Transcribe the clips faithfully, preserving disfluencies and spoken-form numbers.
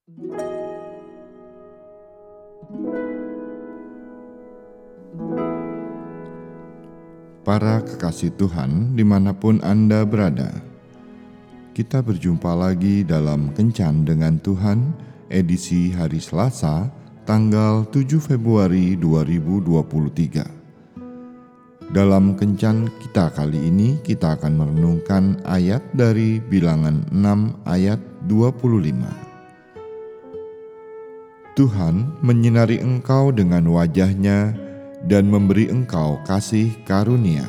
Para kekasih Tuhan dimanapun Anda berada, kita berjumpa lagi dalam Kencan dengan Tuhan, edisi hari Selasa, tanggal tujuh Februari dua ribu dua puluh tiga. Dalam Kencan kita kali ini, kita akan merenungkan ayat dari Bilangan enam ayat dua puluh lima. Tuhan menyinari engkau dengan wajah-Nya dan memberi engkau kasih karunia.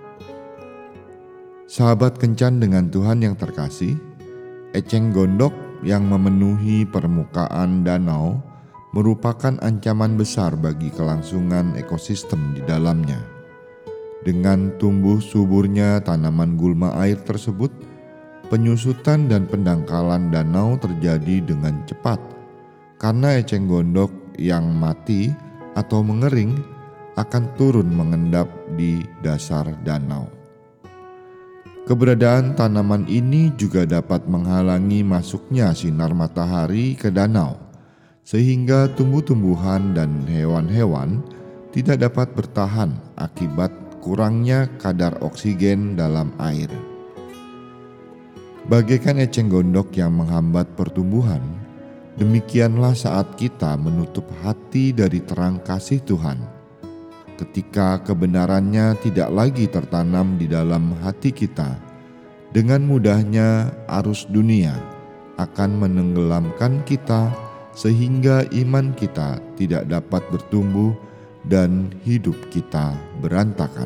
Sahabat Kencan dengan Tuhan yang terkasih, eceng gondok yang memenuhi permukaan danau merupakan ancaman besar bagi kelangsungan ekosistem di dalamnya. Dengan tumbuh suburnya tanaman gulma air tersebut, penyusutan dan pendangkalan danau terjadi dengan cepat karena eceng gondok yang mati atau mengering akan turun mengendap di dasar danau. Keberadaan tanaman ini juga dapat menghalangi masuknya sinar matahari ke danau, sehingga tumbuh-tumbuhan dan hewan-hewan tidak dapat bertahan akibat kurangnya kadar oksigen dalam air. Bagaikan eceng gondok yang menghambat pertumbuhan, demikianlah saat kita menutup hati dari terang kasih Tuhan. Ketika kebenarannya tidak lagi tertanam di dalam hati kita, dengan mudahnya arus dunia akan menenggelamkan kita sehingga iman kita tidak dapat bertumbuh dan hidup kita berantakan.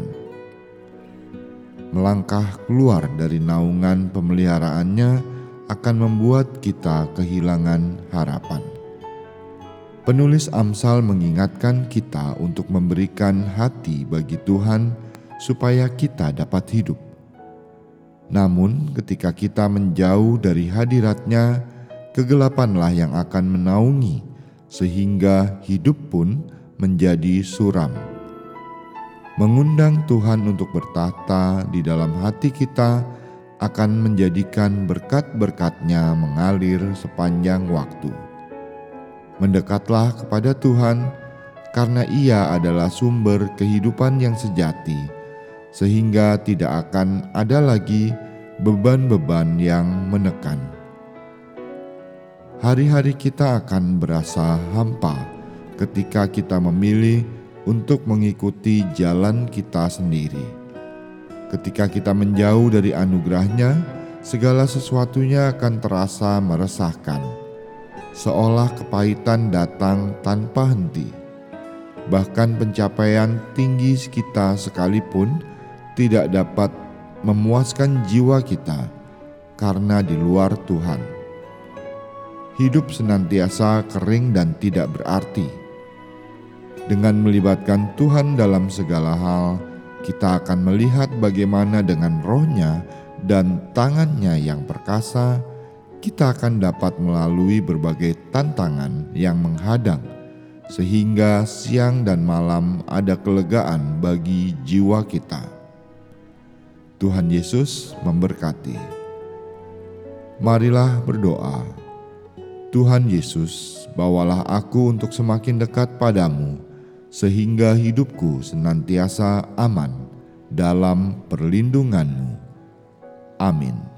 Melangkah keluar dari naungan pemeliharaannya akan membuat kita kehilangan harapan. Penulis Amsal mengingatkan kita untuk memberikan hati bagi Tuhan supaya kita dapat hidup. Namun ketika kita menjauh dari hadirat-Nya, kegelapanlah yang akan menaungi, sehingga hidup pun menjadi suram. Mengundang Tuhan untuk bertahta di dalam hati kita akan menjadikan berkat-berkat-Nya mengalir sepanjang waktu. Mendekatlah kepada Tuhan, karena Ia adalah sumber kehidupan yang sejati, sehingga tidak akan ada lagi beban-beban yang menekan. Hari-hari kita akan berasa hampa ketika kita memilih untuk mengikuti jalan kita sendiri. Ketika kita menjauh dari anugerah-Nya, segala sesuatunya akan terasa meresahkan, seolah kepahitan datang tanpa henti. Bahkan pencapaian tinggi kita sekalipun tidak dapat memuaskan jiwa kita karena di luar Tuhan. Hidup senantiasa kering dan tidak berarti. Dengan melibatkan Tuhan dalam segala hal, kita akan melihat bagaimana dengan Roh-Nya dan tangan-Nya yang perkasa, kita akan dapat melalui berbagai tantangan yang menghadang, sehingga siang dan malam ada kelegaan bagi jiwa kita. Tuhan Yesus memberkati. Marilah berdoa. Tuhan Yesus, bawalah aku untuk semakin dekat padamu, sehingga hidupku senantiasa aman dalam perlindungan-Mu. Amin.